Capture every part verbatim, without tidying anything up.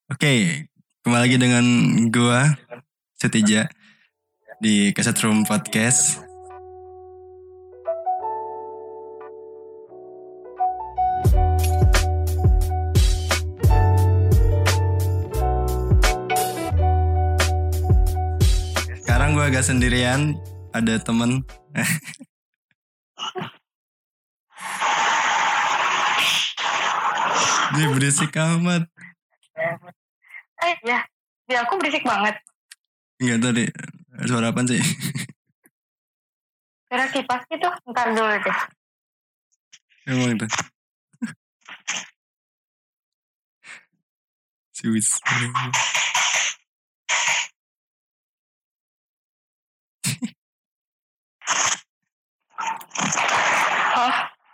Oke, kembali lagi dengan gua Setija di Cassette Room Podcast. Sekarang gua agak sendirian, ada temen. Dia berisik amat. Eh ya, di aku berisik banget. Enggak tahu deh, suara apaan sih? Suara kipas gitu, ntar dulu deh. Emang itu. Suis. Oh,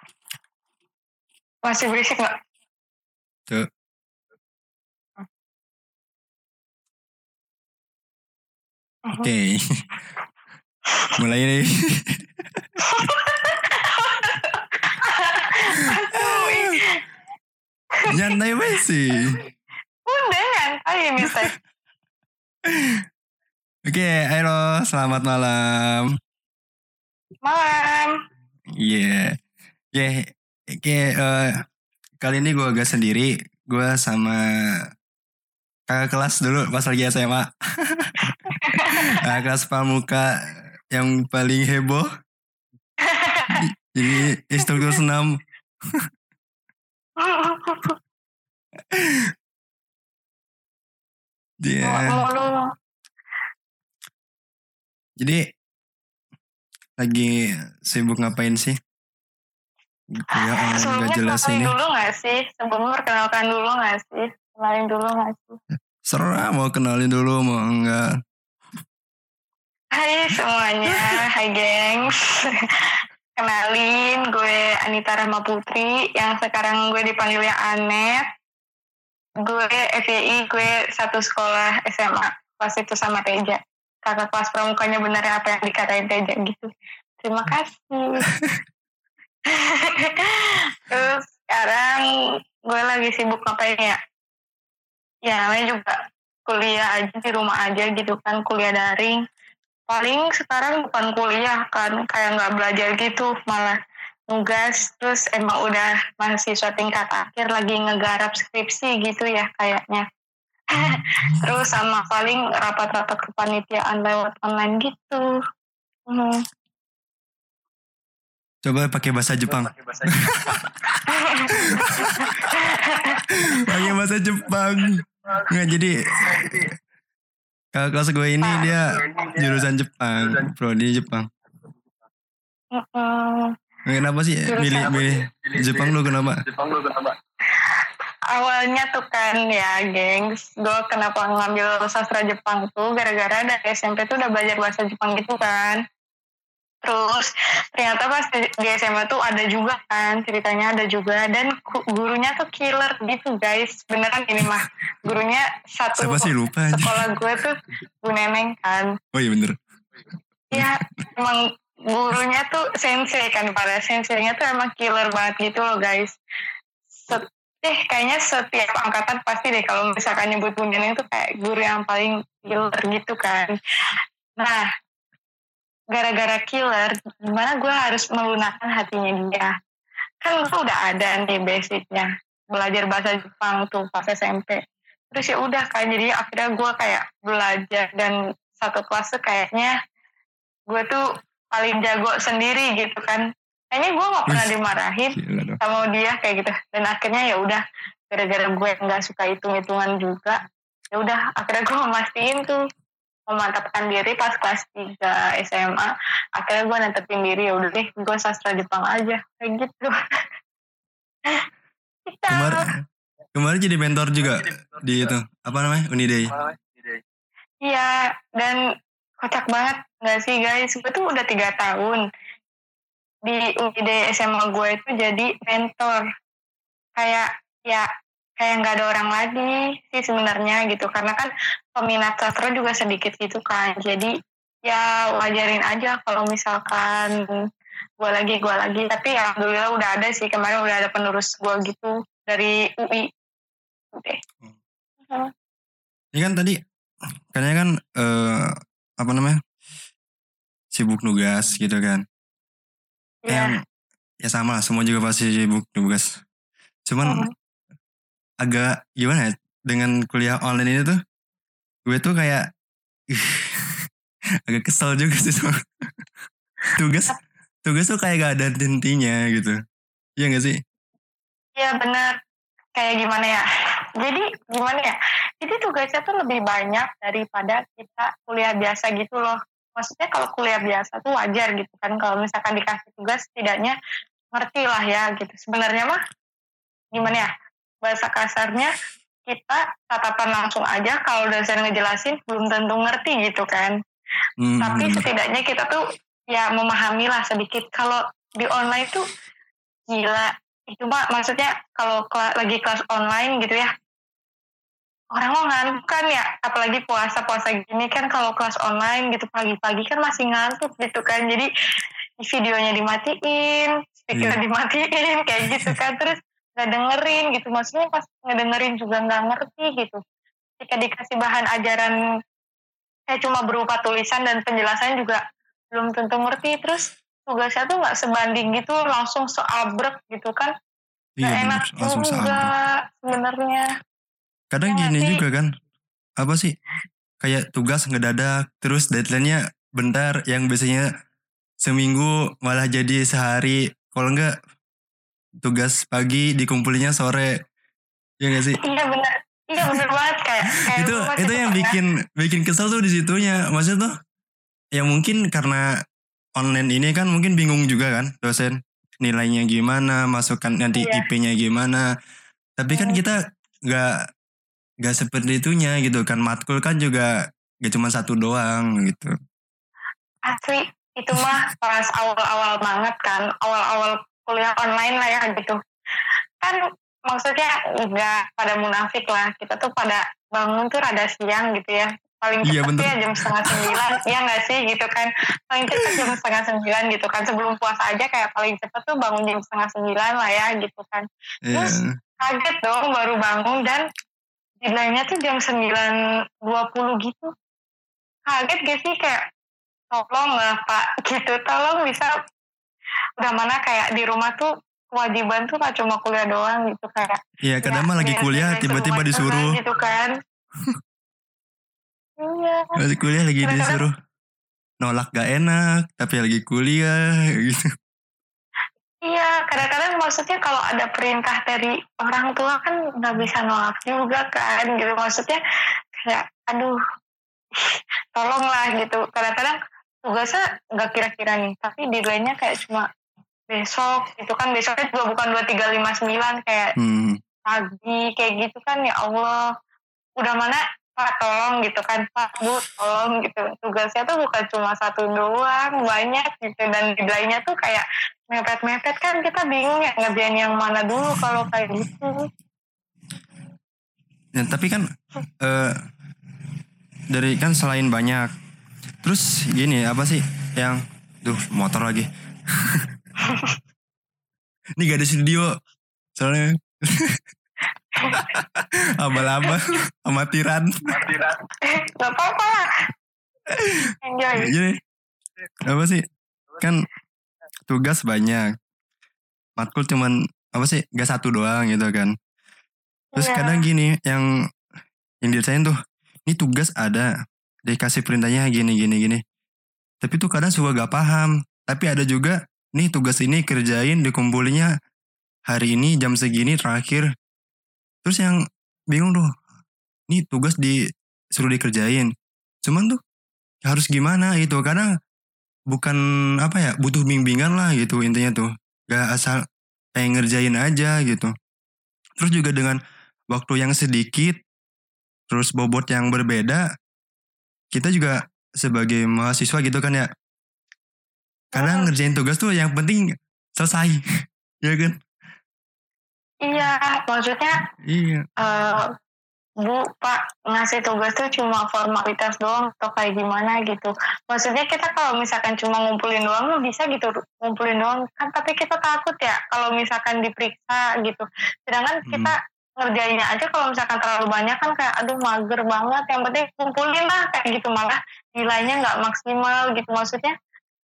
masih berisik nggak? Tuh. Oke, okay. Mulai nih. Nyantai banget sih. Udah nyantai ini teh. Oke, halo, selamat malam. Malam. Iya, yeah. yeah. Oke, uh, kali ini gue agak sendiri. Gue sama kakak kelas dulu pas lagi S M A. Kakak kelas pramuka yang paling heboh. Jadi instruktur senam. Dia. Yeah. Jadi lagi sibuk ngapain sih? Gitu ya, sebelumnya gak jelas kenalin ini. dulu gak sih? Sebelumnya perkenalkan dulu gak sih? Kenalin dulu gak sih? Serah mau kenalin dulu mau enggak. Hai semuanya, hai gengs. Kenalin, gue Anita Rahma Putri, yang sekarang gue dipanggilnya Anet. Gue F Y I, gue satu sekolah S M A, pas itu sama Teja. Kakak kelas pramukanya bener apa yang dikatain Teja gitu. Terima kasih. Terus sekarang gue lagi sibuk ngapain ya? Ya namanya juga kuliah aja di rumah aja gitu kan, kuliah daring. Paling sekarang bukan kuliah kan, kayak gak belajar gitu, malah nugas. Terus emang udah mahasiswa tingkat akhir lagi ngegarap skripsi gitu ya kayaknya. Terus sama paling rapat-rapat kepanitiaan lewat online gitu. Hmm. Coba pakai bahasa Jepang. Pakai bahasa Jepang. Pakai bahasa Jepang. Nggak, jadi kakak kelas gue ini ah, dia jurusan Jepang, prodi Jepang. Uh-uh. Kenapa sih milih milih Jepang lu kenapa? Jepang lu kenapa? Awalnya tuh kan ya gengs, gue kenapa ngambil sastra Jepang tuh gara-gara dari S M P tuh udah belajar bahasa Jepang gitu kan. Terus ternyata pas di S M A tuh ada juga kan, ceritanya ada juga. Dan gurunya tuh killer gitu guys, beneran ini mah. Gurunya satu Siapa sih, lupa sekolah gue tuh Bu Neneng kan. Oh iya bener. Iya, emang gurunya tuh sensei kan, pada senseinya tuh emang killer banget gitu loh guys. Set, eh kayaknya setiap angkatan pasti deh kalau misalkan nyebut Bu Neneng tuh kayak guru yang paling killer gitu kan. Nah, gara-gara killer, gimana gue harus melunakkan hatinya dia. Kan gue udah ada nih basicnya, belajar bahasa Jepang tuh pas S M P. Terus ya udah kan, jadi akhirnya gue kayak belajar, dan satu kelas tuh kayaknya gue tuh paling jago sendiri gitu kan. Kayaknya gue nggak pernah dimarahin sama dia kayak gitu. Dan akhirnya ya udah, gara-gara gue nggak suka hitung-hitungan juga, ya udah akhirnya gue memastiin tuh, memantapkan diri pas kelas tiga S M A. Akhirnya gue nantepin diri, ya udah deh gue sastra Jepang aja kayak gitu. Kemarin kemarin jadi mentor juga di itu apa namanya Uniday. Iya, dan kocak banget nggak sih guys, gue tuh udah tiga tahun di Uniday S M A gue itu jadi mentor. Kayak ya kayak nggak ada orang lagi sih sebenarnya gitu, karena kan peminat sastra juga sedikit gitu kan. Jadi ya wajarin aja kalau misalkan gue lagi gue lagi tapi alhamdulillah udah ada sih, kemarin udah ada penerus gue gitu dari U I. Oke. Hmm. Ini kan tadi kayaknya kan eh, apa namanya sibuk nugas gitu kan. Iya. Yang ya sama lah, semua juga pasti sibuk nugas. Cuman Mhm. agak gimana ya dengan kuliah online ini tuh, gue tuh kayak ih, agak kesel juga sih sama tugas. Tugas tuh kayak gak ada hentinya gitu. Iya gak sih? Iya benar. Kayak gimana ya? Jadi gimana ya? Jadi tugasnya tuh lebih banyak daripada kita kuliah biasa gitu loh. Maksudnya kalau kuliah biasa tuh wajar gitu kan. Kalau misalkan dikasih tugas setidaknya ngerti lah ya gitu. Sebenarnya mah gimana ya? Bahasa kasarnya kita tatapan langsung aja kalau dosen ngejelasin belum tentu ngerti gitu kan. Hmm, Tapi bener. setidaknya kita tuh ya memahami lah sedikit. Kalau di online tuh gila. Itu mah maksudnya kalau kela- lagi kelas online gitu ya, orang mau ngantuk kan ya, apalagi puasa-puasa gini kan kalau kelas online gitu pagi-pagi kan masih ngantuk gitu kan, jadi videonya dimatiin, speaker Iya. dimatiin kayak gitu kan, terus nggak dengerin gitu, maksudnya pas ngedengerin juga nggak ngerti gitu. Ketika dikasih bahan ajaran kayak cuma berupa tulisan dan penjelasannya juga belum tentu ngerti, terus tugasnya tuh nggak sebanding gitu, langsung seabrek gitu kan. Gak Iya bener, enak langsung juga sabrok. sebenarnya. Kadang Ya nggak gini sih? juga kan, apa sih? Kayak tugas ngedadak, terus deadline-nya bentar, yang biasanya seminggu malah jadi sehari. Kalau enggak tugas pagi dikumpulinya sore. Ya gak sih? Iya benar. Iya benar banget kayak kayak itu gue masih itu tuh yang pernah. bikin bikin kesel tuh di situnya. Maksudnya tuh ya mungkin karena online ini kan mungkin bingung juga kan dosen nilainya gimana, masukkan nanti Iya. I P-nya gimana. Tapi kan Hmm. kita nggak nggak seperti itunya gitu kan, matkul kan juga gak cuma satu doang gitu. Asli itu mah pas awal-awal banget kan, awal-awal kuliah online lah ya gitu. Kan maksudnya nggak pada munafik lah, kita tuh pada bangun tuh rada siang gitu ya. Paling Iya cepat tuh bener. ya jam setengah sembilan, ya nggak sih gitu kan. Paling cepat jam setengah sembilan gitu kan. Sebelum puasa aja kayak paling cepat tuh bangun jam setengah sembilan lah ya gitu kan. Terus Iya. kaget dong baru bangun dan deadline-nya tuh jam sembilan dua puluh gitu. Kaget gak sih kayak tolong lah Pak gitu, tolong bisa, udah mana kayak di rumah tuh kewajiban tuh gak cuma kuliah doang gitu kayak. Iya kadang mah lagi kuliah beres-beres tiba-tiba rumah juga disuruh. gitu kan. Iya. Lagi kuliah lagi Kadang-kadang disuruh nolak gak enak, tapi lagi kuliah gitu. iya, kadang-kadang maksudnya kalau ada perintah dari orang tua kan nggak bisa nolak juga kan gitu, maksudnya kayak aduh tolonglah gitu. Kadang-kadang tugasnya nggak kira-kira nih, tapi deadline-nya kayak cuma besok itu kan, besoknya juga bukan dua tiga lima sembilan kayak Hmm. pagi kayak gitu kan. Ya Allah, udah mana Pak tolong gitu kan, Pak Bu tolong gitu, tugasnya tuh bukan cuma satu doang, banyak gitu, dan deadline-nya tuh kayak mepet-mepet kan, kita bingung ya ngerjain yang mana dulu kalau kayak gitu. Ya, tapi kan eh, dari kan selain banyak, terus gini apa sih yang duh motor lagi. Ini gak ada studio soalnya. Abal-abal amatiran. Gak apa-apa lah, enjoy. Jadi apa sih kan tugas banyak, matkul cuman apa sih gak satu doang gitu kan. Terus Iya. kadang gini yang yang dirasain tuh, ini tugas ada, dikasih perintahnya gini gini gini, tapi tuh kadang suka gak paham. Tapi ada juga nih tugas ini kerjain dikumpulinya hari ini jam segini terakhir. Terus yang bingung tuh, nih tugas disuruh dikerjain, cuman tuh harus gimana gitu. Karena bukan apa ya, butuh bimbingan lah gitu intinya tuh. Gak asal pengen ngerjain aja gitu. Terus juga dengan waktu yang sedikit, terus bobot yang berbeda, kita juga sebagai mahasiswa gitu kan ya, kadang ngerjain tugas tuh yang penting selesai. Ya kan? Iya, maksudnya Iya. uh, Bu, Pak, ngasih tugas tuh cuma formalitas doang atau kayak gimana gitu. Maksudnya kita kalau misalkan cuma ngumpulin doang, bisa gitu ngumpulin doang kan, tapi kita takut ya kalau misalkan diperiksa gitu. Sedangkan Hmm. kita ngerjainnya aja kalau misalkan terlalu banyak kan kayak aduh mager banget, yang penting kumpulin lah kayak gitu, malah nilainya nggak maksimal gitu. Maksudnya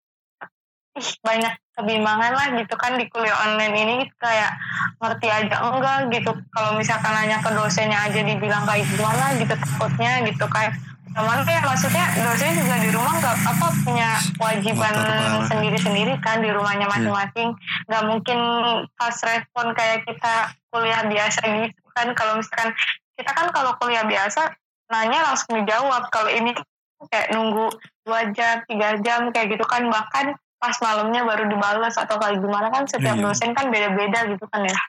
ih banyak kebimbangan lah gitu kan di kuliah online ini, kayak ngerti aja enggak gitu. Kalau misalkan nanya ke dosennya aja dibilang kayak gimana gitu, takutnya gitu kayak cuman ya maksudnya dosen juga di rumah nggak apa punya kewajiban sendiri-sendiri kan di rumahnya masing-masing, nggak mungkin pas respon kayak kita kuliah biasa gitu kan. Kalau misalkan kita kan kalau kuliah biasa nanya langsung dijawab, kalau ini kayak nunggu dua jam tiga jam kayak gitu kan, bahkan pas malamnya baru dibalas atau kayak gimana kan. Setiap Iya. dosen kan beda-beda gitu kan ya.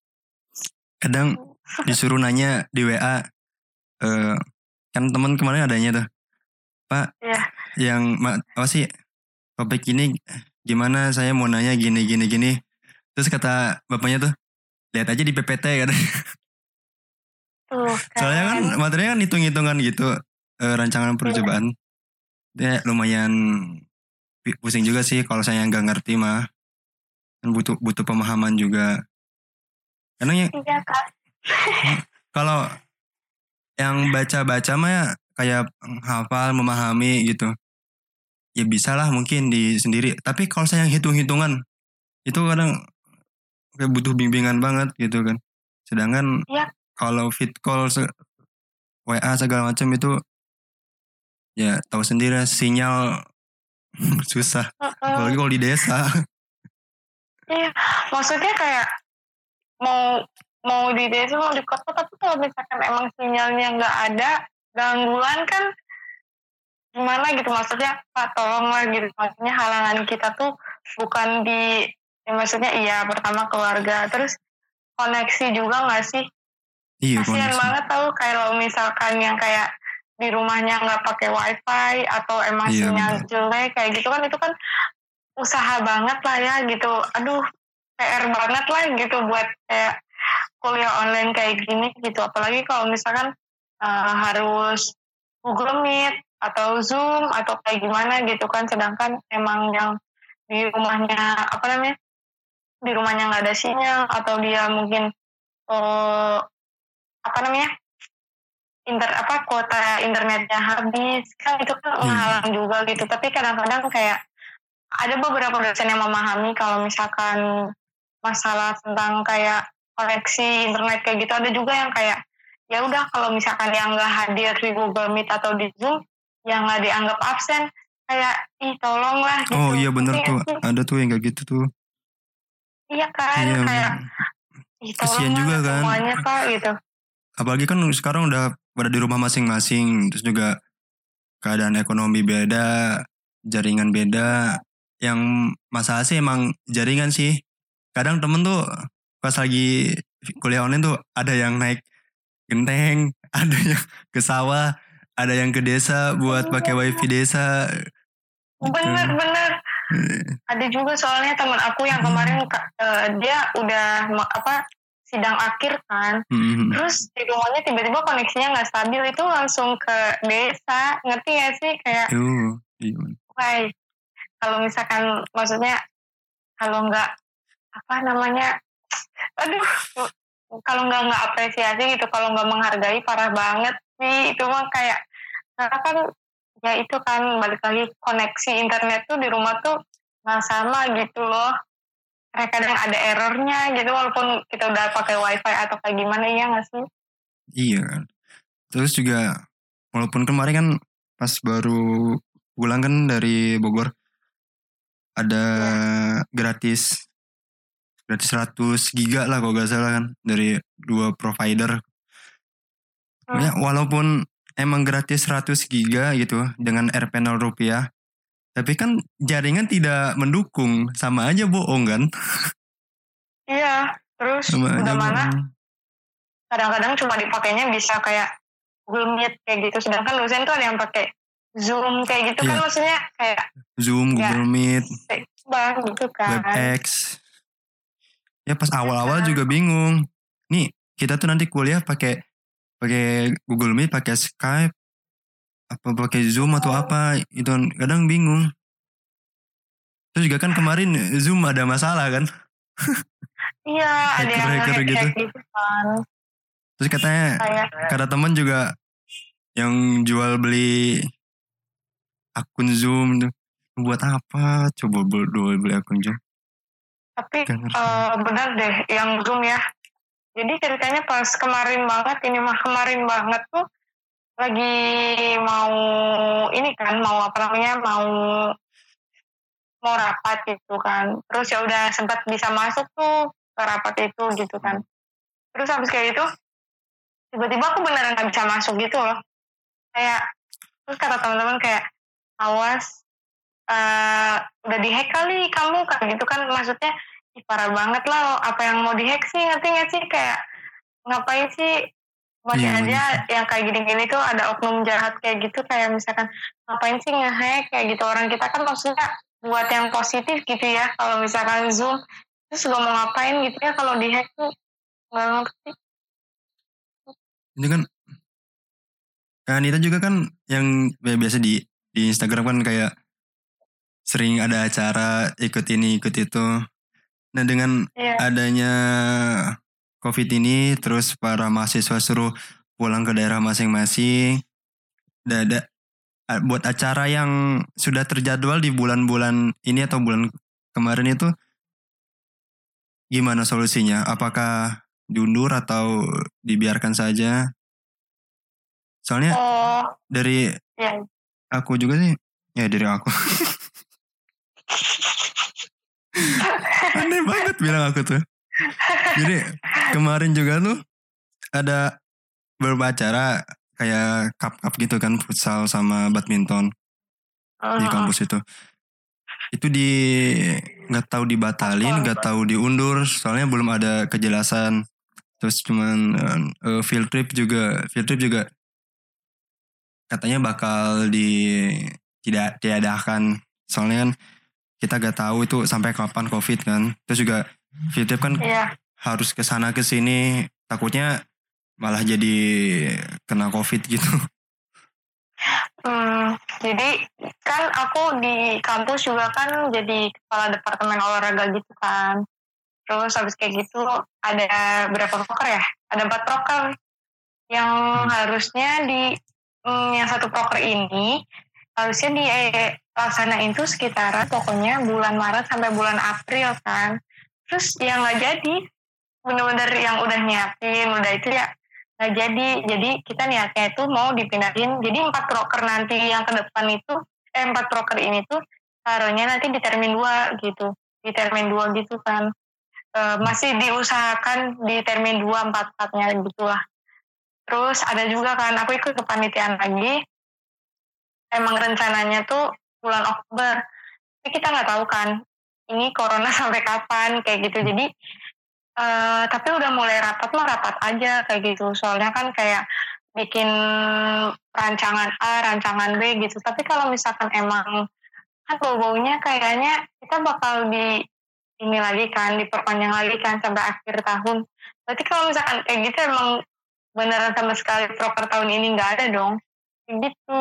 Kadang disuruh nanya di W A, uh, kan teman kemarin adanya tuh, Pak, Iya. yang apa sih topik ini gimana, saya mau nanya gini gini gini. Terus kata bapaknya tuh, lihat aja di P P T kan. Tuh, kan. Soalnya kan materinya kan hitung-hitungan gitu, uh, rancangan percobaan. Dia lumayan pusing juga sih kalau saya nggak ngerti mah, kan butuh butuh pemahaman juga. Karena ya, iya kak. Kalau yang baca-baca mah kayak hafal memahami gitu, ya bisa lah mungkin di sendiri. Tapi kalau saya yang hitung-hitungan itu kadang kayak butuh bimbingan banget gitu kan. Sedangkan ya. kalau fit call, W A segala macam itu ya tahu sendiri sinyal susah. Uh-uh. Apalagi kalau di desa. Iya, maksudnya kayak mau mau di desa mau di kota, tapi kalau misalkan emang sinyalnya nggak ada, gangguan kan gimana gitu. Maksudnya Pak tolonglah gitu, maksudnya halangan kita tuh bukan di ya maksudnya iya pertama keluarga, terus koneksi juga nggak sih? Iya, kasian banget tau kalau misalkan yang kayak di rumahnya nggak pakai wifi atau emang iya, sinyal bener. Jelek kayak gitu kan, itu kan usaha banget lah ya gitu. Aduh P R banget lah gitu buat kayak kuliah online kayak gini gitu. Apalagi kalau misalkan uh, harus Google Meet atau Zoom atau kayak gimana gitu kan. Sedangkan emang yang di rumahnya apa namanya di rumahnya nggak ada sinyal, atau dia mungkin uh, apa namanya inter apa kuota internetnya habis kan, itu kan menghalang hmm. juga gitu. Tapi kadang-kadang kayak ada beberapa dosen yang memahami kalau misalkan masalah tentang kayak koneksi internet kayak gitu. Ada juga yang kayak ya udah kalau misalkan yang nggak hadir di Google Meet atau di Zoom yang nggak dianggap absen, kayak ih tolonglah gitu. Oh iya benar tuh, ada tuh yang kayak gitu tuh. Iya kan, iya, kayak ih kasian juga kan semuanya Pak gitu. Apalagi kan sekarang udah pada di rumah masing-masing, terus juga keadaan ekonomi beda, jaringan beda. Yang masalah sih emang jaringan sih. Kadang temen tuh pas lagi kuliah online tuh ada yang naik genteng, ada yang ke sawah, ada yang ke desa buat pakai wifi desa. Bener-bener. Gitu. Ada juga soalnya teman aku yang kemarin uh, dia udah apa sidang akhir kan, mm-hmm. terus di rumahnya tiba-tiba koneksinya nggak stabil, itu langsung ke desa, ngerti ya sih kayak, uh, iya. Wah, kalau misalkan maksudnya kalau nggak apa namanya, aduh, kalau nggak nggak apresiasi gitu, kalau nggak menghargai parah banget sih itu mah kayak, karena kan ya itu kan balik lagi koneksi internet tuh di rumah tuh nggak sama gitu loh. Kayak kadang ada errornya gitu walaupun kita udah pakai wifi atau kayak gimana, ya nggak sih? Iya kan. Terus juga walaupun kemarin kan pas baru pulang kan dari Bogor ada ya. gratis gratis seratus giga lah kalau gak salah kan dari dua provider. Hmm. Ya walaupun emang gratis seratus giga gitu dengan R P nol rupiah, tapi kan jaringan tidak mendukung, sama aja bohong kan? Iya, terus sama udah mana bohong. Kadang-kadang cuma dipakainya bisa kayak Google Meet kayak gitu, sedangkan dosen tuh ada yang pakai Zoom kayak gitu. Iya. Kan maksudnya kayak Zoom, ya, Google Meet, bang gitu kan. WebEx. Ya pas awal-awal ya, juga bingung. Nih kita tuh nanti kuliah pakai pakai Google Meet, pakai Skype, apa pakai Zoom atau apa, itu kadang bingung. Terus juga kan kemarin Zoom ada masalah kan? Iya, ada yang hacker gitu. gitu kan. Terus katanya Kayak kata temen juga yang jual beli akun Zoom tuh buat apa? Coba jual beli akun Zoom. tapi Gak ngerti. uh, benar deh yang Zoom ya. Jadi ceritanya pas kemarin banget ini mah kemarin banget tuh lagi mau ini kan mau apa namanya mau mau rapat gitu kan. Terus ya udah sempat bisa masuk tuh ke rapat itu gitu kan. Terus habis kayak itu tiba-tiba aku beneran nggak bisa masuk gitu loh. Kayak terus kata teman-teman kayak awas uh, udah dihack kali kamu kan gitu kan, maksudnya ih, parah banget lah apa yang mau dihack sih, ngerti nggak sih kayak ngapain sih masih Iya, aja bener. yang kayak gini-gini tuh ada oknum jahat kayak gitu, kayak misalkan ngapain sih ngehack kayak gitu, orang kita kan maksudnya buat yang positif gitu ya kalau misalkan Zoom, terus gak mau ngapain gitu ya kalau dihack tuh nggak ngerti. Ini kan Kak Anita juga kan yang biasa di di Instagram kan kayak sering ada acara ikut ini ikut itu. Nah dengan Iya. adanya COVID ini terus para mahasiswa suruh pulang ke daerah masing-masing. Dan ada buat acara yang sudah terjadwal di bulan-bulan ini atau bulan kemarin itu gimana solusinya? Apakah diundur atau dibiarkan saja? Soalnya Oh dari ya. aku juga sih, ya dari aku. Aneh banget bilang aku tuh. Jadi kemarin juga tuh ada beberapa acara kayak cup-cup gitu kan, futsal sama badminton di kampus itu. Itu di nggak tahu dibatalin, nggak tahu diundur, soalnya belum ada kejelasan. Terus cuman uh, field trip juga, field trip juga katanya bakal di tidak tiadakan. Soalnya kan kita gak tahu itu sampai kapan COVID kan. Terus juga field trip kan Iya. harus ke sana ke sini, takutnya malah jadi kena COVID gitu. Hmm, jadi kan aku di kampus juga kan jadi kepala departemen olahraga gitu kan. Terus habis kayak gitu ada berapa proker ya? Ada empat proker yang hmm. harusnya di hmm, yang satu proker ini harusnya dilaksanain tuh sekitaran pokoknya bulan Maret sampai bulan April kan. Terus yang nggak jadi, bener-bener yang udah nyiapin, udah itu ya nggak jadi. Jadi kita niatnya itu mau dipindahin. Jadi empat proker nanti yang ke depan itu, eh empat proker ini tuh taruhnya nanti di termin dua gitu, di termin dua gitu kan. E, masih diusahakan di termin dua empat empatnya gitu lah. Terus ada juga kan, aku ikut kepanitiaan lagi. Emang rencananya tuh bulan Oktober, tapi kita nggak tahu kan ini corona sampai kapan kayak gitu. Jadi Uh, tapi udah mulai rapat mah rapat aja kayak gitu, soalnya kan kayak bikin rancangan A, rancangan B gitu. Tapi kalau misalkan emang kan bau-baunya kayaknya kita bakal di ini lagi kan, diperpanjang lagi kan sampai akhir tahun. Berarti kalau misalkan kayak gitu emang beneran sama sekali proker tahun ini nggak ada dong, gitu.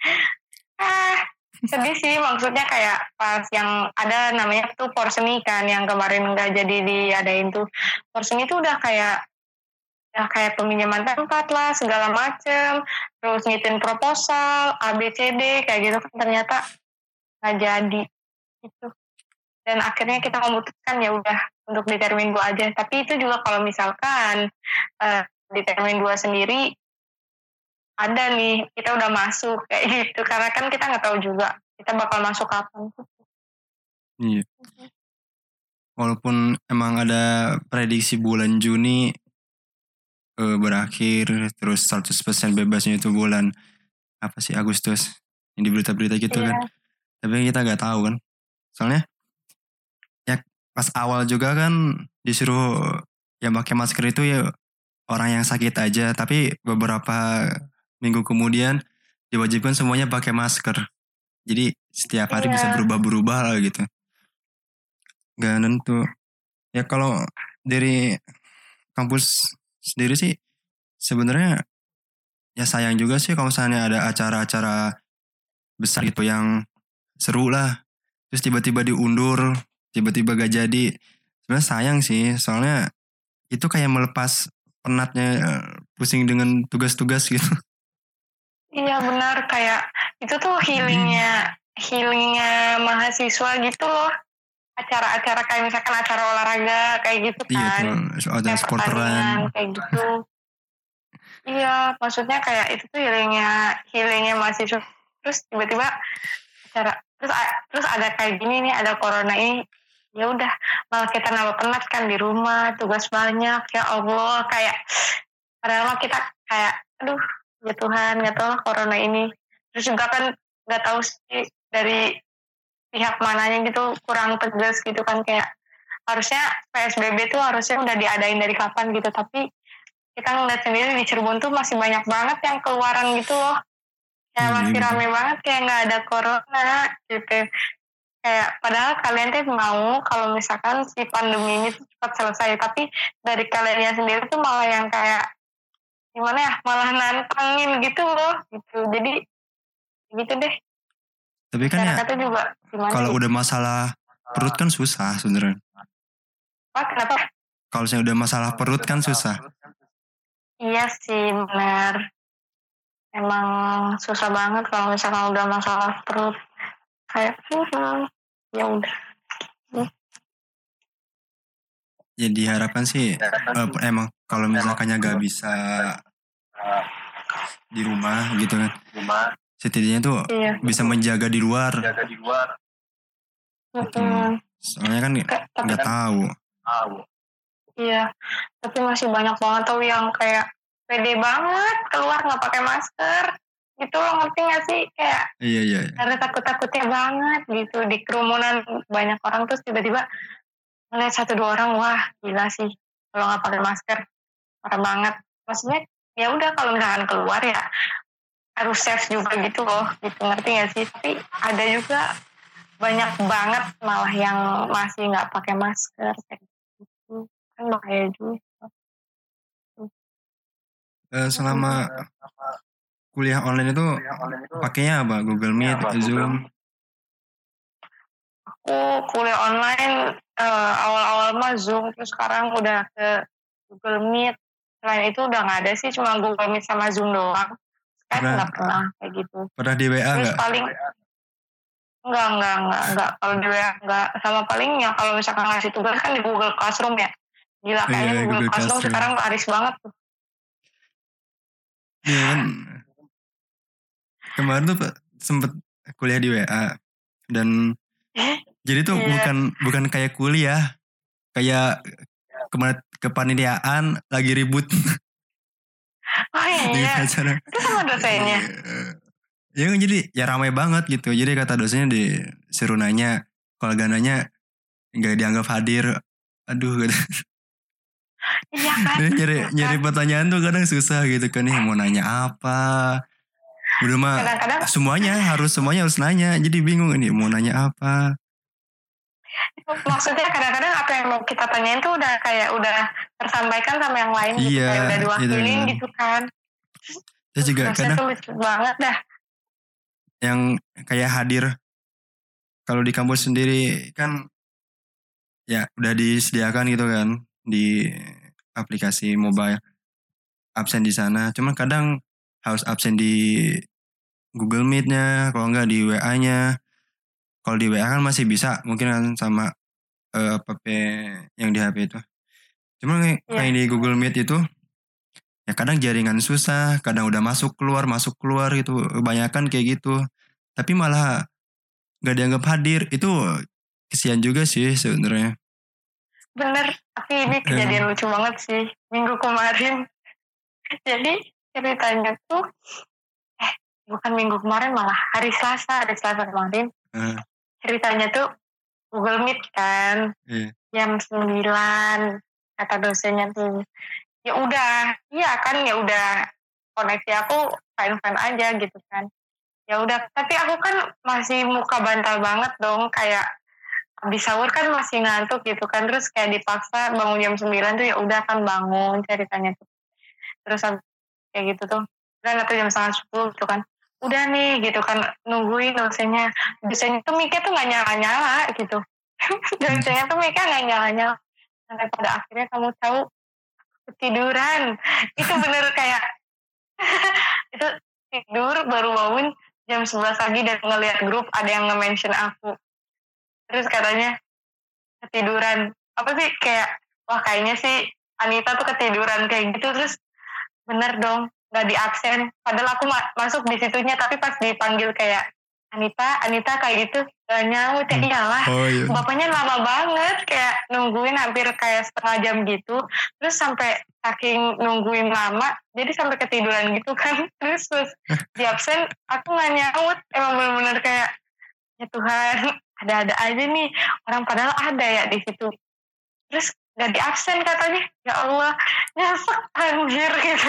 Ah, sedih sih, maksudnya kayak pas yang ada namanya tuh Porseni kan yang kemarin nggak jadi diadain tuh. Porseni tuh udah kayak ya kayak peminjaman tempat lah segala macem, terus ngitin proposal A B C D kayak gitu kan, ternyata nggak jadi gitu. Dan akhirnya kita memutuskan ya udah untuk di termin dua aja. Tapi itu juga kalau misalkan uh, di termin dua sendiri ada nih, kita udah masuk kayak gitu, karena kan kita nggak tahu juga kita bakal masuk kapan. Iya. Walaupun emang ada prediksi bulan Juni eh, berakhir, terus seratus persen bebasnya itu bulan apa sih Agustus yang di berita-berita gitu Iya. kan. Tapi kita nggak tahu kan. Soalnya ya pas awal juga kan disuruh yang pakai masker itu ya orang yang sakit aja, tapi beberapa minggu kemudian diwajibkan semuanya pakai masker. Jadi setiap hari Iya. bisa berubah-berubah lah gitu. Gak nentu. Ya kalau dari kampus sendiri sih sebenarnya ya sayang juga sih kalau misalnya ada acara-acara besar gitu yang seru lah. Terus tiba-tiba diundur, tiba-tiba gak jadi. Sebenarnya sayang sih, soalnya itu kayak melepas penatnya pusing dengan tugas-tugas gitu. Iya benar, kayak itu tuh healingnya healingnya mahasiswa gitu loh, acara-acara kayak misalkan acara olahraga kayak gitu kan, iya tuh ada sporteran kayak gitu. Iya, maksudnya kayak itu tuh healingnya healingnya mahasiswa. Terus tiba-tiba acara terus terus ada kayak gini nih, ada corona ini, ya udah malah kita nambah penat kan di rumah, tugas banyak, ya Allah, kayak padahal kita kayak aduh ya Tuhan, nggak tahu corona ini. Terus juga kan nggak tahu sih dari pihak mananya gitu, kurang tegas gitu kan, kayak harusnya P S B B tuh harusnya udah diadain dari kapan gitu, tapi kita ngeliat sendiri di Cirebon tuh masih banyak banget yang keluaran gitu loh, kayak hmm, masih gitu. rame banget kayak nggak ada corona gitu. Kayak padahal kalian tuh mau kalau misalkan si pandemi ini tuh cepat selesai, tapi dari kalian sendiri tuh malah yang kayak gimana ya, malah nantangin gitu loh gitu. Jadi gitu deh. Tapi kan ya juga kalau gitu? udah masalah perut kan susah sebenarnya. Wah, kenapa? Kalau saya udah masalah perut kan susah. Iya sih benar. Emang susah banget kalau misalkan udah masalah perut. Kayak hmm, ya udah. Ya diharapkan sih uh, emang kalau misalkannya gak bisa di rumah gitu kan, setidaknya tuh iya, bisa menjaga di luar. Menjaga di luar. Gitu. Hmm. Soalnya kan nggak tahu. Iya, tapi masih banyak banget tuh yang kayak pede banget keluar nggak pakai masker. Gitu lo ngerti gak sih? Kayak iya, iya, iya. Karena takut-takutnya banget gitu. Di kerumunan banyak orang terus tiba-tiba ngeliat satu dua orang, wah gila sih kalau nggak pakai masker, parah banget. Maksudnya ya udah kalau misalkan keluar ya harus safe juga gitu loh, gitu, ngerti gak sih? Tapi ada juga banyak banget malah yang masih nggak pakai masker kayak gitu, kan bahaya juga. Uh, selama kuliah online itu pakainya apa? Google Meet, Zoom? Aku kuliah online uh, awal-awal mah Zoom, terus sekarang udah ke Google Meet. Selain itu udah nggak ada sih, cuma Google Meet sama Zoom doang. Sekarang nggak pernah kayak gitu. Pernah di W A terus nggak? Paling enggak enggak enggak enggak kalau di W A enggak, sama palingnya kalau misalkan ngasih tugas kan di Google Classroom ya. Gila kayaknya oh, iya, Google, Google Classroom, Classroom sekarang laris banget tuh. Iya kan. Kemarin tuh sempet kuliah di W A dan jadi tuh yeah. bukan bukan kayak kuliah, kayak kemarin kepanitiaan lagi ribut. Oh iya. Itu sama dosennya. Ya jadi ya ramai banget gitu. Jadi kata dosennya disuruh nanya, kalau gak nanya nggak dianggap hadir. Aduh. Iya kan. nyari nyari pertanyaan tuh kadang susah gitu kan, nih mau nanya apa. Udah mah kadang-kadang semuanya harus semuanya harus nanya, jadi bingung ini mau nanya apa. Maksudnya kadang-kadang apa yang mau kita tanyain tuh udah kayak udah tersampaikan sama yang lain gitu, iya, kayak udah diwakilin gitu, gitu kan. Terus juga kadang lucu banget dah. Yang kayak hadir kalau di kampus sendiri kan ya udah disediakan gitu kan di aplikasi mobile absen di sana. Cuman kadang harus absen di Google Meet-nya, kalau enggak di W A-nya. Kalau di W A kan masih bisa, mungkin kan sama uh, P P yang di H P itu. Cuma kayak, yeah. kayak di Google Meet itu, ya kadang jaringan susah, kadang udah masuk keluar, masuk keluar gitu. Kebanyakan kayak gitu. Tapi malah nggak dianggap hadir, itu kesian juga sih sebenarnya. Bener, tapi ini kejadian lucu banget sih minggu kemarin. Jadi ceritanya tuh, eh bukan minggu kemarin, malah hari Selasa, hari Selasa kemarin. Uh. Ceritanya tuh Google Meet kan, uh. jam sembilan kata dosennya tuh. Ya udah, iya kan ya udah koneksi aku fine-fine aja gitu kan. Ya udah, tapi aku kan masih muka bantal banget dong, kayak habis sahur kan masih ngantuk gitu kan, terus kayak dipaksa bangun jam sembilan tuh, ya udah kan bangun ceritanya tuh. Terus kayak gitu tuh, kan atau jam setengah sepuluh gitu kan, udah nih gitu kan nungguin dosennya. Dosennya tuh mic-nya tuh nggak nyala-nyala gitu. Dosennya tuh mic-nya nggak nyala-nyala. Sampai pada akhirnya kamu tahu, aku ketiduran. Itu bener kayak itu tidur baru bangun jam sebelas pagi dan ngeliat grup ada yang nge-mention aku. Terus katanya ketiduran. Apa sih kayak wah kayaknya sih Anita tuh ketiduran kayak gitu. Terus bener dong nggak di absen. Padahal aku ma- masuk di situnya tapi pas dipanggil kayak Anita, Anita kayak gitu gak nyaut ya iyalah. Oh iya. Bapaknya lama banget kayak nungguin hampir kayak setengah jam gitu. Terus sampai saking nungguin lama jadi sampai ketiduran gitu kan. Terus terus di absen aku gak nyaut. Emang bener-bener kayak ya Tuhan ada-ada aja nih orang padahal ada ya di situ. Terus gak di absen katanya. Ya Allah nyesek anjir gitu.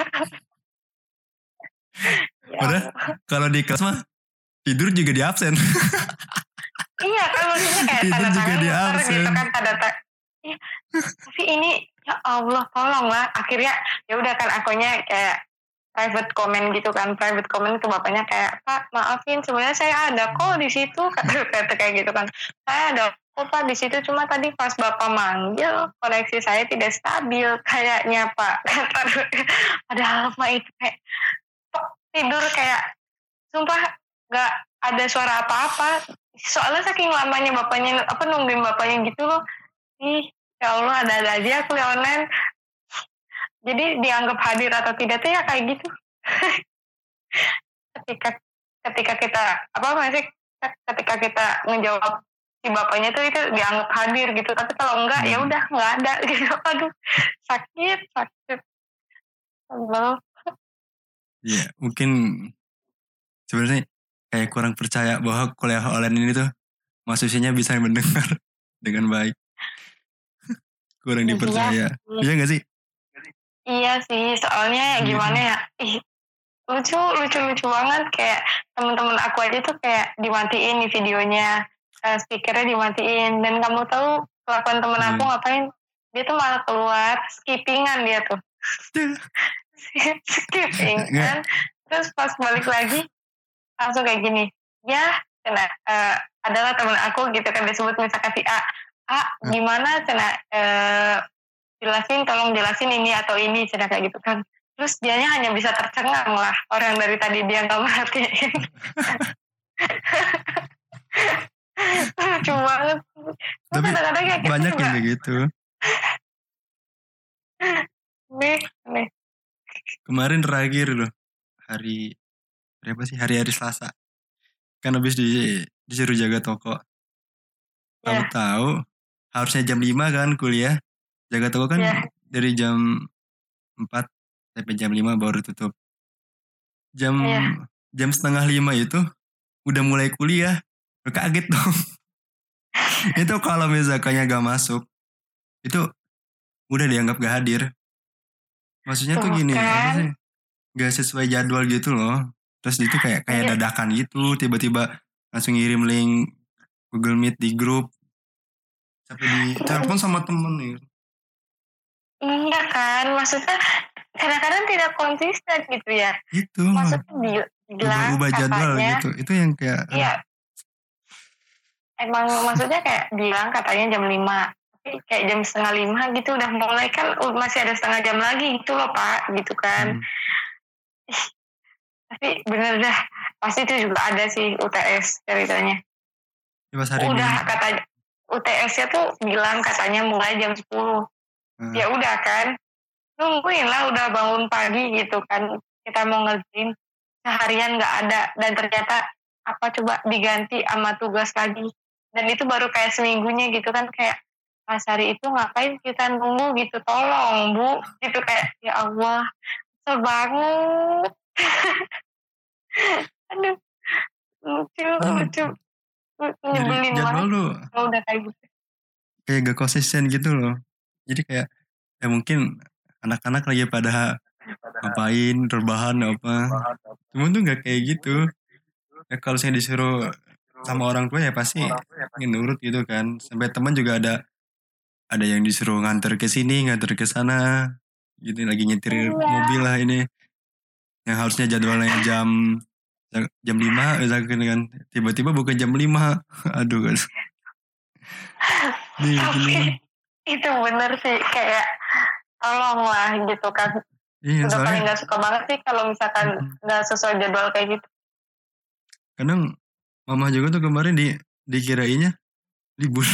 Ya Padahal kalau di kelas mah tidur juga di absen. Iya kan maksudnya kayak Tidur tanda juga tangan di muter absen. gitu kan tanda tangan. Iya, tapi ini ya Allah tolonglah. Akhirnya ya udah kan akunya kayak private comment gitu kan, private comment ke bapaknya kayak Pak maafin sebenarnya saya ada kok di situ kata kata kayak gitu kan. Saya ada kok Pak di situ cuma tadi pas bapak manggil koneksi saya tidak stabil kayaknya Pak. Padahal mah itu kayak tidur kayak sumpah nggak ada suara apa-apa soalnya saking lamanya bapaknya apa nungguin bapaknya gitu loh. Ih ya Allah ada-ada aja aku di online jadi dianggap hadir atau tidak tuh ya kayak gitu. ketika ketika kita apa masih ketika kita ngejawab si bapaknya tuh itu dianggap hadir gitu tapi kalau enggak hmm. ya udah nggak ada gitu. Aduh sakit sakit. Allah. Iya mungkin sebenarnya kayak kurang percaya bahwa kuliah online ini tuh mahasiswanya bisa mendengar dengan baik. Kurang dipercaya. Iya nggak sih? Iya sih, soalnya gimana ya? Ih, lucu, lucu, lucu banget. Kayak teman-teman aku aja tuh kayak dimatiin nih videonya, uh, speakernya dimatiin. Dan kamu tahu kelakuan temen hmm. aku ngapain? Dia tuh malah keluar, skippingan dia tuh. Skippingan. Terus pas balik lagi, langsung kayak gini. Ya, cina, uh, adalah temen aku gitu kan disebut misalkan si A. A, gimana cina uh, jelasin, tolong jelasin ini atau ini cina kayak gitu kan. Terus dianya hanya bisa tercengang lah orang dari tadi dia nggak merhatiin. Lucu banget. Tapi kadang-kadang kayak banyak gitu yang kayak gitu. Nih, nih. Kemarin terakhir loh hari berapa sih hari-hari Selasa kan habis di disuruh jaga toko. Tahu-tahu yeah. harusnya jam lima kan kuliah. Jaga toko kan yeah. dari jam empat sampai jam lima baru tutup. Jam yeah. jam setengah lima itu udah mulai kuliah. Kaget dong. Itu kalau misalkannya gak masuk itu udah dianggap gak hadir. Maksudnya tuh, tuh gini kan? Apa sih? Gak sesuai jadwal gitu loh. Terus itu kayak kayak yeah. dadakan gitu, tiba-tiba langsung ngirim link Google Meet di grup. Sampai di telepon sama temen nih. Iya kan, maksudnya kadang-kadang tidak konsisten gitu ya. Itu. Maksudnya bilang ubah jadwal gitu. Itu yang kayak iya. Emang maksudnya kayak bilang katanya jam lima. Tapi kayak jam setengah lima gitu udah mulai kan masih ada setengah jam lagi gitu loh Pak, gitu kan. Hmm. Tapi bener dah, pasti itu juga ada sih U T S ceritanya. Ya, udah katanya U T S-nya tuh bilang katanya mulai jam sepuluh. Hmm. Ya udah kan, nungguin lah udah bangun pagi gitu kan. Kita mau ngerjain seharian gak ada. Dan ternyata apa coba diganti sama tugas lagi. Dan itu baru kayak seminggunya gitu kan. Kayak Mas Hari itu ngapain kita nunggu gitu. Tolong Bu. Gitu kayak ya Allah. Kesel banget. Aduh. Lucu, hmm. lucu. Nyebelin banget. Oh, udah kayak gitu. Kayak gak konsisten gitu loh. Jadi kayak ya mungkin anak-anak lagi pada ngapain, rebahan apa. Cuman tuh gak kayak gitu. Ya kalau saya disuruh sama orang tua ya pasti nurut gitu kan. Sampai teman juga ada ada yang disuruh nganter ke sini, nganter ke sana. Gitu lagi nyetir iya. mobil lah ini. Yang harusnya jadwalnya jam jam lima misalkan kan. Tiba-tiba bukan jam lima. Aduh kan. Nih, tapi itu bener sih kayak tolong lah gitu kan. Iya, Udah paling soalnya gak suka banget sih kalau misalkan mm, gak sesuai jadwal kayak gitu. kadang mama juga tuh kemarin di dikirainnya libur.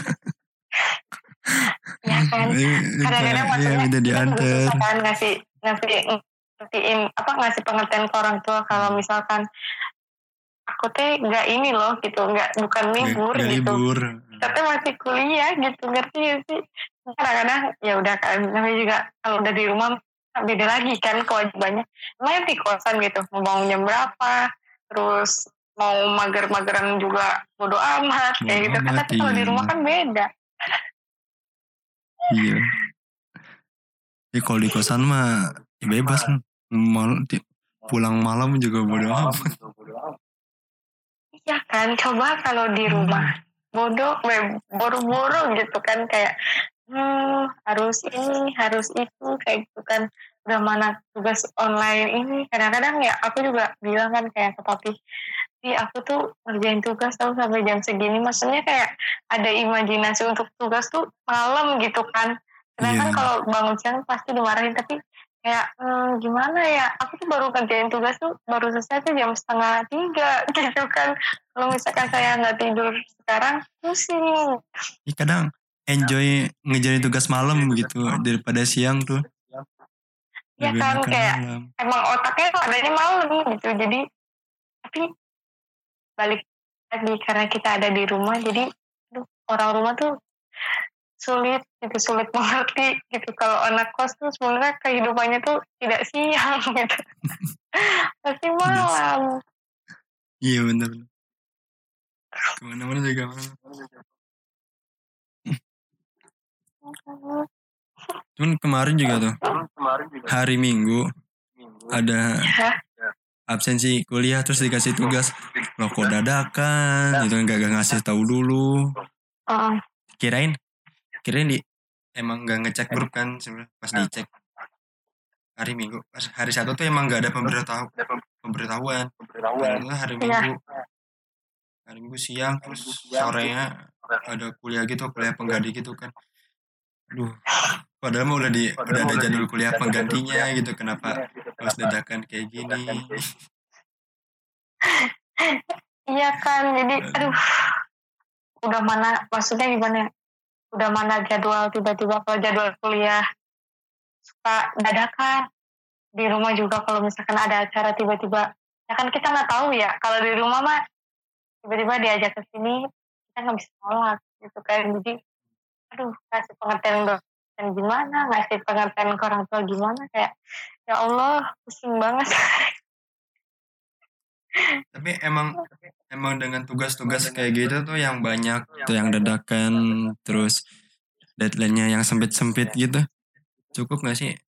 Ya kan, minta kadang-kadang iya maksudnya minta kita juga diantar. susah kan ngasih ngasih ngertiin apa ngasih pengertian ke orang tua kalau Hmm. misalkan aku teh nggak ini loh gitu, nggak bukan Nggak libur nggak gitu, libur. kita teh masih kuliah gitu, ngerti gak sih? Kadang-kadang ya udah kan, namanya juga kalau udah di rumah beda lagi kan kewajibannya. Emang di kosan gitu, mau bangun jam berapa, terus mau mager-mageran juga bodo amat kayak Bodo gitu kan. amat, Tapi kalau iya di rumah bener. kan beda. Iya. Ya kalau di kosan mah ya bebas. Mal, ti- pulang malam juga bodo amat. Iya kan, coba kalau di rumah Hmm. bodoh, we- boro-boro gitu kan kayak hmm, harus ini, harus itu kayak gitu kan. Udah mana tugas online ini. Kadang-kadang ya aku juga bilang kan kayak ke papi, "Ih, aku tuh ngerjain tugas tahu sampai jam segini." Maksudnya kayak ada imajinasi untuk tugas tuh malam gitu kan. Sedangkan Iya. kalau bangun siang pasti dimarahin, tapi kayak hmm, gimana ya, aku tuh baru kerjain tugas tuh baru selesai tuh jam setengah tiga gitu kan. Kalau misalkan saya nggak tidur sekarang pusing. Ini kadang enjoy ngejarin tugas malam gitu daripada siang tuh. Ya Lebih kan enakan kayak malam. emang otaknya tuh adanya malam gitu. Jadi tapi balik lagi karena kita ada di rumah, jadi aduh, orang rumah tuh sulit gitu, sulit mengerti gitu. Kalau anak kos tuh sebenarnya kehidupannya tuh tidak siang gitu, pasti Tidak sih. malam. Iya bener. Kemana-mana juga malam. Cuman kemarin juga tuh hari Minggu ada Ya, absensi kuliah terus dikasih tugas loh kok dadakan gitu kan gak, gak ngasih tahu dulu. uh, Kirain kirain di emang gak ngecek grup kan sebenarnya pas dicek hari Minggu pas hari Sabtu tuh emang gak ada pemberitahu pemberitahuan ternyata hari ya, Minggu hari Minggu siang terus sorenya ada kuliah gitu kuliah pengganti gitu kan. Aduh, padahal mah udah di udah ada jadwal kuliah penggantinya gitu kenapa harus dadakan kayak gini. iya kan. Jadi aduh, udah mana maksudnya gimana? Ya? Udah mana jadwal tiba-tiba kalau jadwal kuliah suka dadakan. Di rumah juga kalau misalkan ada acara tiba-tiba, ya kan kita nggak tahu ya. Kalau di rumah mah tiba-tiba diajak ke sini, kita nggak bisa nolak gitu kan. Jadi aduh, ngasih pengertian dosen gimana, ngasih pengertian ke orang tua gimana, kayak ya Allah pusing banget. Tapi emang emang dengan tugas-tugas kayak gitu tuh yang banyak tuh yang dadakan terus deadline-nya yang sempit-sempit gitu cukup nggak sih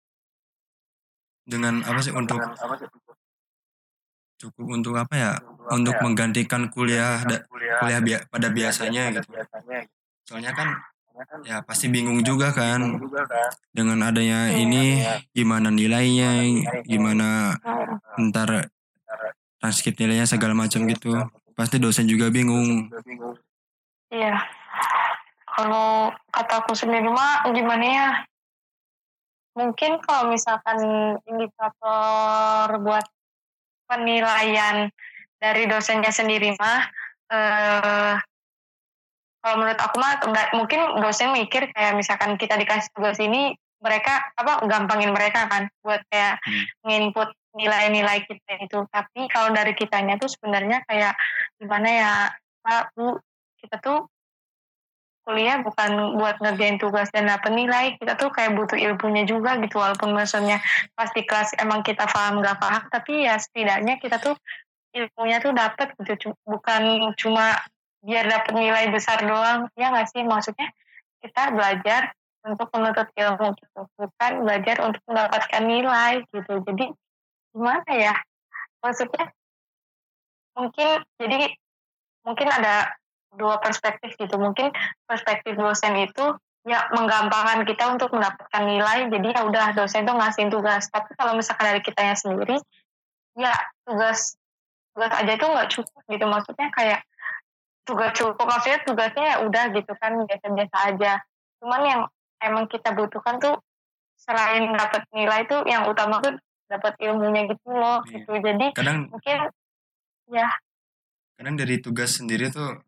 dengan apa sih untuk cukup untuk apa ya untuk menggantikan kuliah da- kuliah bia- pada biasanya gitu soalnya kan ya pasti bingung juga kan dengan adanya ini gimana nilainya gimana ntar transkrip nilainya segala macam gitu pasti dosen juga bingung. Iya, kalau kataku sendiri mah gimana ya, mungkin kalau misalkan indikator buat penilaian dari dosennya sendiri mah eh, kalau menurut aku mah mungkin dosen mikir kayak misalkan kita dikasih tugas ini mereka apa gampangin mereka kan buat kayak Hmm. nginput nilai-nilai kita itu. Tapi kalau dari kitanya tuh sebenarnya kayak gimana ya Pak Bu, kita tuh kuliah bukan buat ngerjain tugas dan dapet nilai, kita tuh kayak butuh ilmunya juga gitu. Walaupun maksudnya pasti kelas emang kita paham gak paham, tapi ya setidaknya kita tuh ilmunya tuh dapet gitu, bukan cuma biar dapet nilai besar doang, ya nggak sih? Maksudnya kita belajar untuk menuntut ilmu gitu, bukan belajar untuk mendapatkan nilai gitu. Jadi gimana ya? Maksudnya mungkin jadi mungkin ada dua perspektif gitu. Mungkin perspektif dosen itu ya menggampangkan kita untuk mendapatkan nilai. Jadi ya udah dosen tuh ngasihin tugas. Tapi kalau misalkan dari kitanya sendiri, ya tugas tugas aja tuh nggak cukup gitu. Maksudnya kayak tugas cukup maksudnya tugasnya ya udah gitu kan biasa-biasa aja. Cuman yang emang kita butuhkan tuh selain dapat nilai tuh yang utama tuh dapat ilmunya gitu loh. Iya. Gitu. Jadi Kadang mungkin ya kadang dari tugas sendiri tuh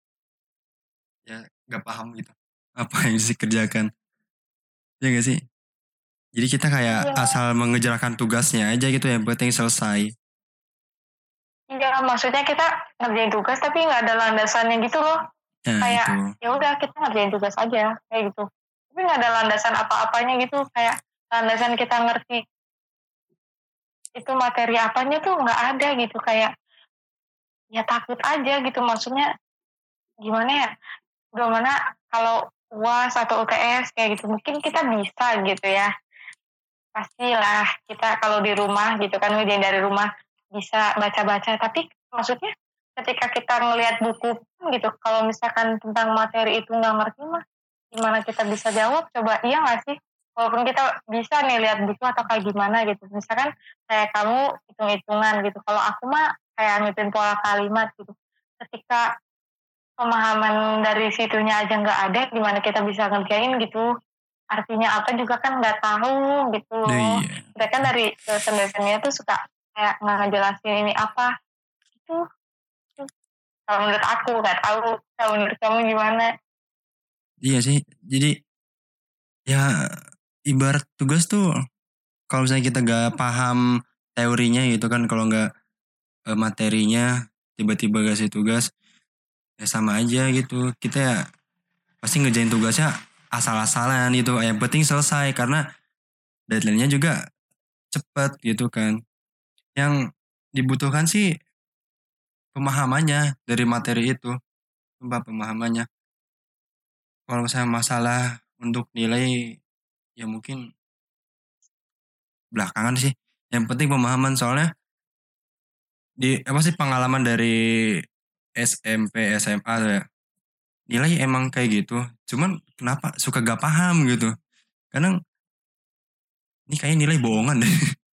ya nggak paham gitu apa yang harus dikerjakan, ya nggak sih? Jadi kita kayak iya asal mengerjakan tugasnya aja gitu, yang penting selesai. iya maksudnya kita ngerjain tugas tapi nggak ada landasannya gitu loh. Nah Kayak itu. ya udah kita ngerjain tugas aja kayak gitu. Tapi nggak ada landasan apa-apanya gitu. Kayak landasan kita ngerti itu materi apanya tuh nggak ada gitu. Kayak ya takut aja gitu, maksudnya gimana ya, gimana kalau U A S atau U T S kayak gitu mungkin kita bisa gitu ya, pastilah kita kalau di rumah gitu kan ngerjain dari rumah bisa baca-baca, tapi maksudnya ketika kita ngelihat buku gitu, kalau misalkan tentang materi itu nggak ngerti mah gimana kita bisa jawab coba, iya nggak sih? Walaupun kita bisa nih lihat buku atau kayak gimana gitu, misalkan kayak kamu hitung-hitungan gitu, kalau aku mah kayak ngitung pola kalimat gitu, ketika pemahaman dari situnya aja nggak ada, gimana kita bisa ngerjain gitu, artinya apa juga kan nggak tahu gitu Nah, loh. iya. Kita kan dari dosen-dosennya tuh suka kayak nggak ngejelasin ini apa itu. Kalau menurut aku nggak tahu, kalau menurut kamu gimana? Iya sih, jadi ya ibarat tugas tuh kalau misalnya kita gak paham teorinya gitu kan, kalau nggak eh, materinya tiba-tiba kasih tugas ya sama aja gitu, kita ya pasti ngerjain tugasnya asal-asalan gitu, yang penting selesai karena deadline-nya juga cepet gitu kan. Yang dibutuhkan sih pemahamannya dari materi itu, sumpah pemahamannya. Kalau misalnya masalah untuk nilai ya mungkin belakangan sih. Yang penting pemahaman, soalnya di apa sih pengalaman dari S M P S M A ya, nilai emang kayak gitu. Cuman kenapa suka gak paham gitu. Kadang ini kayaknya nilai bohongan deh.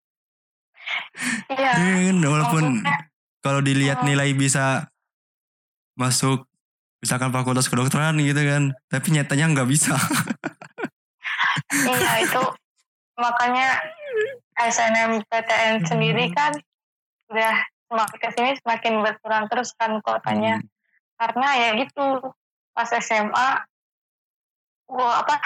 Iya, Iya kan, walaupun maksudnya kalau dilihat hmm, nilai bisa masuk misalkan fakultas kedokteran gitu kan, tapi nyatanya nggak bisa. iya itu makanya S N M P T N sendiri kan udah semakin kesini semakin berkurang terus kan kuotanya, Hmm. karena ya gitu pas S M A gua apa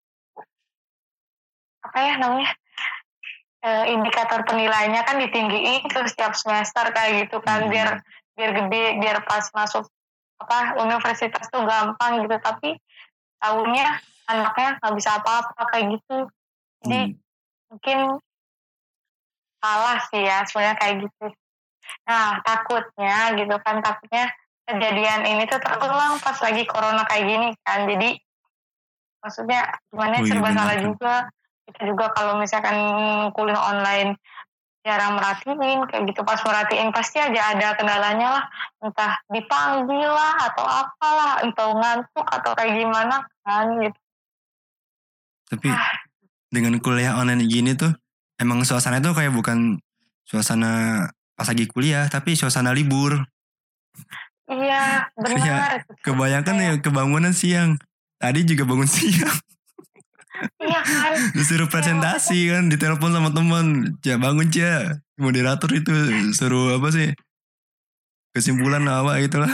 apa ya namanya, eh, indikator penilaiannya kan ditinggiin terus setiap semester kayak gitu kan, Hmm. biar biar gede, biar pas masuk apa universitas tuh gampang gitu, tapi tahunnya anaknya nggak bisa apa-apa kayak gitu. Jadi Hmm. mungkin salah sih ya sebenarnya kayak gitu. Nah takutnya gitu kan, takutnya kejadian ini tuh terulang pas lagi corona kayak gini kan, jadi maksudnya gimana Oh iya serba benar salah tuh. juga. Kita juga kalau misalkan kuliah online jarang merhatiin kayak gitu, pas merhatiin pasti aja ada kendalanya lah, entah dipanggil lah atau apalah, entah ngantuk atau kayak gimana kan gitu. Tapi Ah, dengan kuliah online gini tuh emang suasana tuh kayak bukan suasana pas lagi kuliah, tapi suasana libur. iya Kayak benar gitu. kebanyakan ya Kayak kebangunan siang. Tadi juga bangun siang. iya kan. Disuruh Iya maksudnya presentasi kan, ditelepon sama teman. Ja bangun ja. Moderator itu suruh apa sih? Kesimpulan apa gitu lah.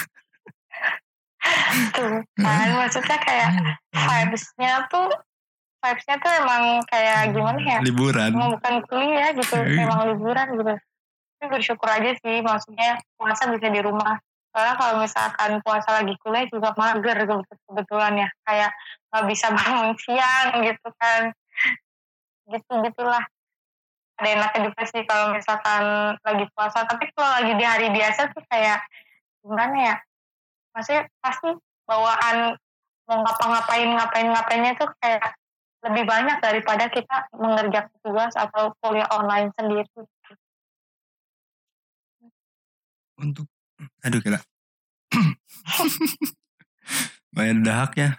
tuh kan, maksudnya kayak vibes-nya tuh vibes-nya tuh emang kayak gimana ya, Liburan. emang bukan kuliah gitu, emang liburan gitu. Tapi bersyukur aja sih, maksudnya puasa bisa di rumah. Soalnya kalau misalkan puasa lagi kuliah juga mager gitu kebetulan ya, kayak nggak bisa bangun siang gitu kan, gitu gitulah. Ada enaknya juga sih kalau misalkan lagi puasa, tapi kalau lagi di hari biasa tuh kayak gimana ya, maksudnya pasti bawaan mau ngapa-ngapain ngapain-ngapainnya tuh kayak lebih banyak daripada kita mengerjakan tugas atau kuliah online sendiri. Untuk aduh gila. Banyak dahak ya.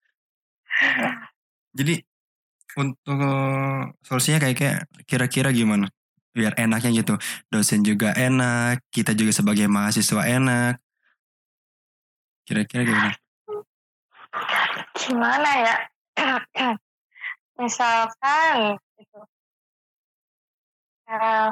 Jadi untuk solusinya kayak kayak kira-kira gimana? Biar enaknya gitu. Dosen juga enak, kita juga sebagai mahasiswa enak. Kira-kira gimana? Gimana ya? misalkan gitu. Uh,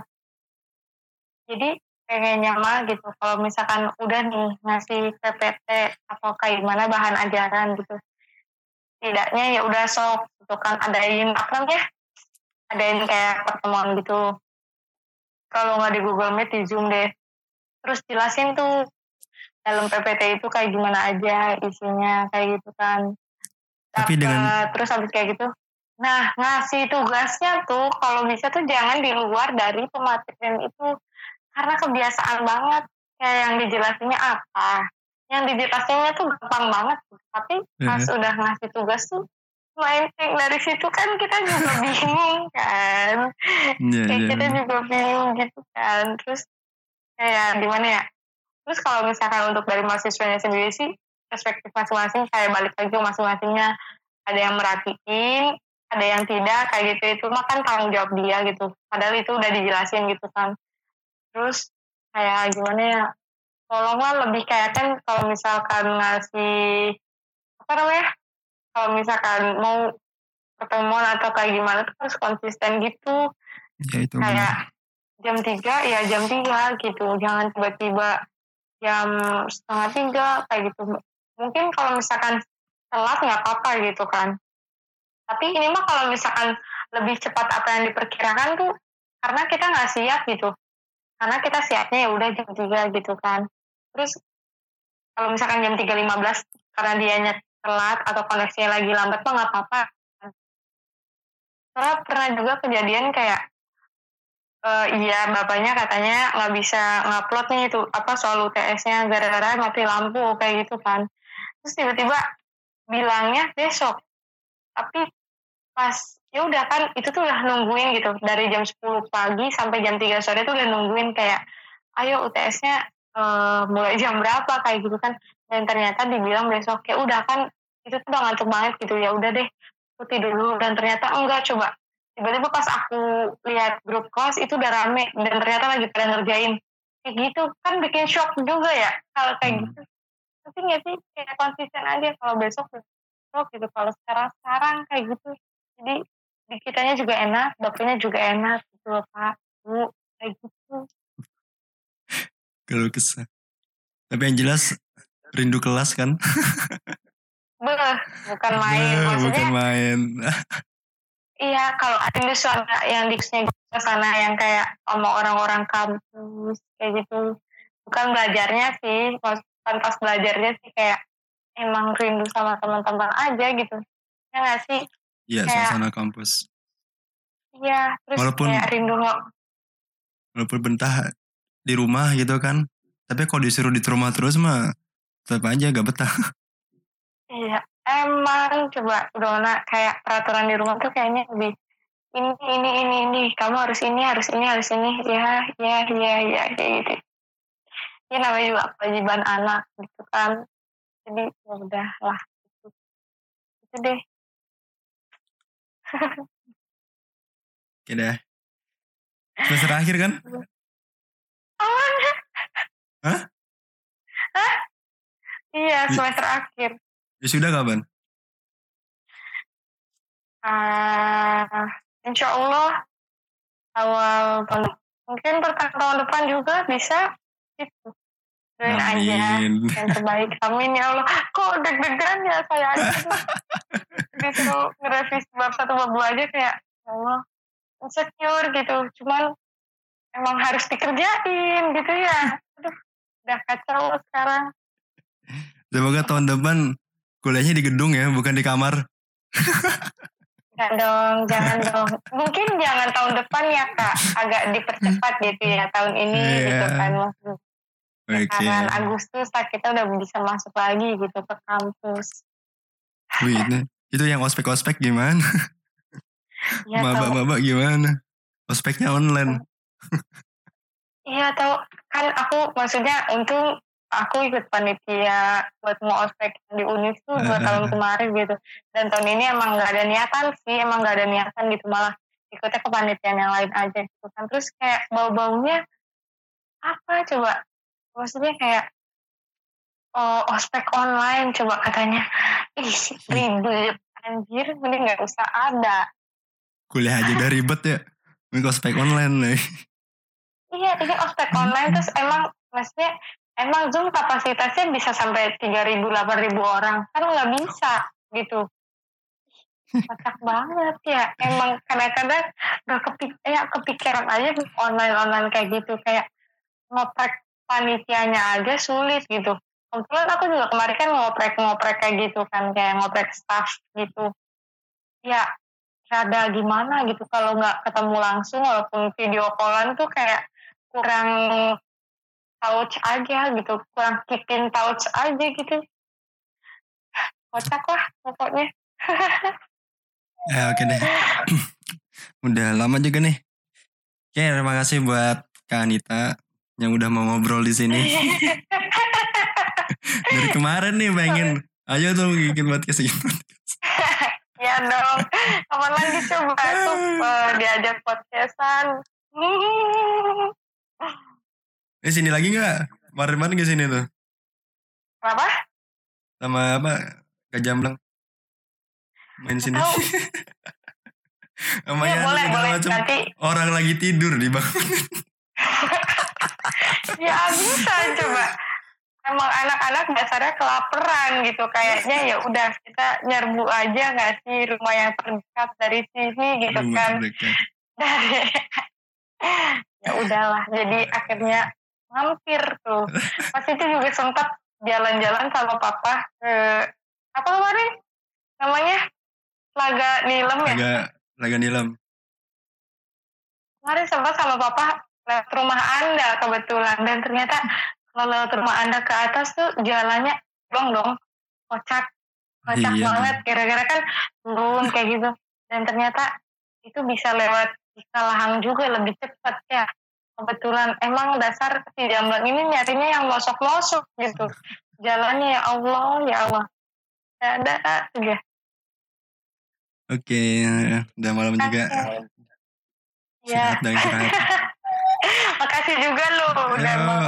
jadi pengennya mah gitu kalau misalkan udah nih ngasih P P T atau kayak gimana bahan ajaran gitu, tidaknya ya udah sok gitu kan, adain apa namanya, adain kayak pertemuan gitu, kalau nggak di Google Meet di Zoom deh, terus jelasin tuh dalam P P T itu kayak gimana aja isinya kayak gitu kan. Tapi dengan Dapat terus habis kayak gitu, nah ngasih tugasnya tuh kalau bisa tuh jangan di luar dari pematerian itu, karena kebiasaan banget kayak yang dijelasinnya apa, yang dijelasinnya tuh gampang banget, tapi pas uh, udah ngasih tugas tuh melenceng dari situ kan kita juga bingung kan, ya, kayak ya, kita bener. juga bingung gitu kan, terus kayak gimana ya, terus kalau misalkan untuk dari mahasiswanya sendiri sih perspektif masing-masing kayak balik lagi ke masing-masingnya, ada yang merhatiin, ada yang tidak kayak gitu, itu mah kan tanggung jawab dia gitu, padahal itu udah dijelasin gitu kan. Terus kayak gimana ya, tolonglah lebih kayak kan kalau misalkan ngasih apa namanya, kalau misalkan mau pertemuan atau kayak gimana tuh harus konsisten gitu, Ya itu benar. kayak jam tiga ya jam tiga gitu, jangan tiba-tiba jam setengah tiga kayak gitu. Mungkin kalau misalkan telat nggak apa-apa gitu kan, tapi ini mah kalau misalkan lebih cepat apa yang diperkirakan tuh karena kita nggak siap gitu, karena kita siapnya ya udah jam tiga gitu kan. Terus kalau misalkan jam tiga lima belas karena dianya telat atau koneksinya lagi lambat mah nggak apa-apa. Karena pernah juga kejadian kayak uh, iya bapaknya katanya nggak bisa ngupload nih itu apa soal U T S-nya gara-gara mati lampu kayak gitu kan. Terus tiba-tiba bilangnya besok, tapi pas ya udah kan itu tuh udah nungguin gitu dari jam sepuluh pagi sampai jam tiga sore tuh udah nungguin kayak ayo U T S-nya uh, mulai jam berapa kayak gitu kan, dan ternyata dibilang besok, kayak udah kan itu tuh udah ngantuk banget gitu, ya udah deh aku tidur dulu, dan ternyata enggak, coba tiba-tiba pas aku lihat grup kelas itu udah rame dan ternyata lagi pada ngerjain kayak gitu kan, bikin shock juga ya kalau kayak Hmm. gitu. Tapi nggak sih kayak konsisten aja, kalau besok besok gitu, kalau sekarang sekarang kayak gitu, jadi di kitanya juga enak, bapaknya juga enak gitu loh Pak Bu, kayak gitu. Kalau kesah. Tapi yang jelas rindu kelas kan? Beuh, bukan main. Nah, bukan Maksudnya main. iya kalau ada suara yang di ke sana yang kayak sama orang-orang kampus kayak gitu. Bukan belajarnya sih, bukan pas belajarnya sih kayak emang rindu sama teman-teman aja gitu. Ya nggak sih? Iya, Kayak suasana kampus. iya, terus kayak Walaupun rindu nggak. walaupun bentah di rumah gitu kan. Tapi kalau disuruh di rumah terus mah tetap aja gak betah. Iya, emang coba udah mana kayak peraturan di rumah tuh kayaknya lebih ini ini ini ini kamu harus ini harus ini harus ini ya ya ya ya kayak gitu. Ya namanya juga kewajiban anak gitu kan, jadi ya udah lah gitu, gitu deh. Oke deh. Semester akhir kan? Hah? Hah? Iya Y- semester akhir. Wisuda kapan? Ah, insya Allah awal tahun, mungkin pertengahan tahun depan juga bisa gitu. Doain aja Amin. yang terbaik, amin ya Allah. Kok deg-degan ya saya aja tuh disuruh ngerevisi bab satu bab dua aja kayak ya Allah insecure gitu, cuman emang harus dikerjain gitu ya. Aduh udah kacau sekarang. Semoga tahun depan kuliahnya di gedung ya, bukan di kamar. Jangan dong, jangan dong. Mungkin jangan tahun depan ya Kak, agak dipercepat gitu ya tahun ini Iya. gitu kan. Maksudnya Oke. sekarang Agustus kita udah bisa masuk lagi gitu ke kampus. Wih, itu, itu yang ospek-ospek gimana? Iya tahu. Maba-maba gimana? Ospeknya online. Iya tahu kan, aku maksudnya untung aku ikut panitia buat mau ospek di Univ tuh dua tahun kemarin gitu, dan tahun ini emang nggak ada niatan sih, emang nggak ada niatan gitu, malah ikutnya kepanitiaan yang lain aja gitu kan. Terus kayak bau-baunya apa coba, maksudnya kayak oh, ospek online coba katanya, ih ribet Anjir, mending gak usah ada. Kuliah aja udah ribet ya. Ini ospek online nih. Iya, ini ospek online terus emang maksudnya emang Zoom kapasitasnya bisa sampai tiga ribu, delapan ribu orang. Kan nggak bisa gitu. Kocak banget ya. Emang kadang-kadang gak kepik ya, kepikiran aja online-online kayak gitu. Kayak ngoprek panitianya aja sulit gitu. Kebetulan aku juga kemarin kan ngoprek-ngoprek kayak gitu kan. Kayak ngoprek staff gitu. Ya rada gimana gitu. Kalau gak ketemu langsung walaupun video callan tuh kayak kurang touch aja gitu. Kurang keepin touch aja gitu. Kocak lah pokoknya. Ya oke deh. Udah lama juga nih. Oke, terima kasih buat Kak Anita yang udah mau ngobrol di sini. Dari kemarin nih pengen, ayo tuh bikin podcast gitu. Ya dong, kapan lagi coba tuh uh, diajak podcastan. Eh sini lagi nggak? Kemarin-kemarin ke sini tuh. Apa? Sama apa? Kak Jamblang. Main sini. Sama ya, boleh, boleh. Nanti orang lagi tidur di bangun. Ya bisa coba. Emang anak-anak dasarnya kelaparan gitu kayaknya, ya udah kita nyerbu aja nggak sih rumah yang terdekat dari sini gitu rumah kan. Dari ya udahlah, jadi akhirnya mampir tuh. Pas itu juga sempat jalan-jalan sama papa ke apa kemarin namanya Laga Nilem ya. Laga Laga Nilem. Kemarin sempat sama papa lewat rumah Anda kebetulan, dan ternyata kalau lewat rumah Anda ke atas tuh jalannya dong dong kocak kocak iya, banget kira-kira kan turun kayak gitu, dan ternyata itu bisa lewat Cikalahang juga lebih cepat ya. Kebetulan emang dasar si Jamblang ini nyarinya yang mosok-mosok gitu jalannya. Ya Allah ya Allah, ada aja. Oke, udah malam juga. Ya. Istirahat dan istirahat. Makasih juga lu udah mau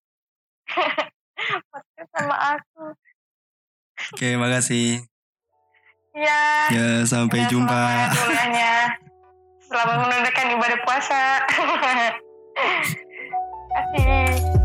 podcast sama aku. Oke, makasih. Ya. Ya, sampai ya, jumpa. Selamat Selamat menunaikan ibadah puasa. Terima kasih.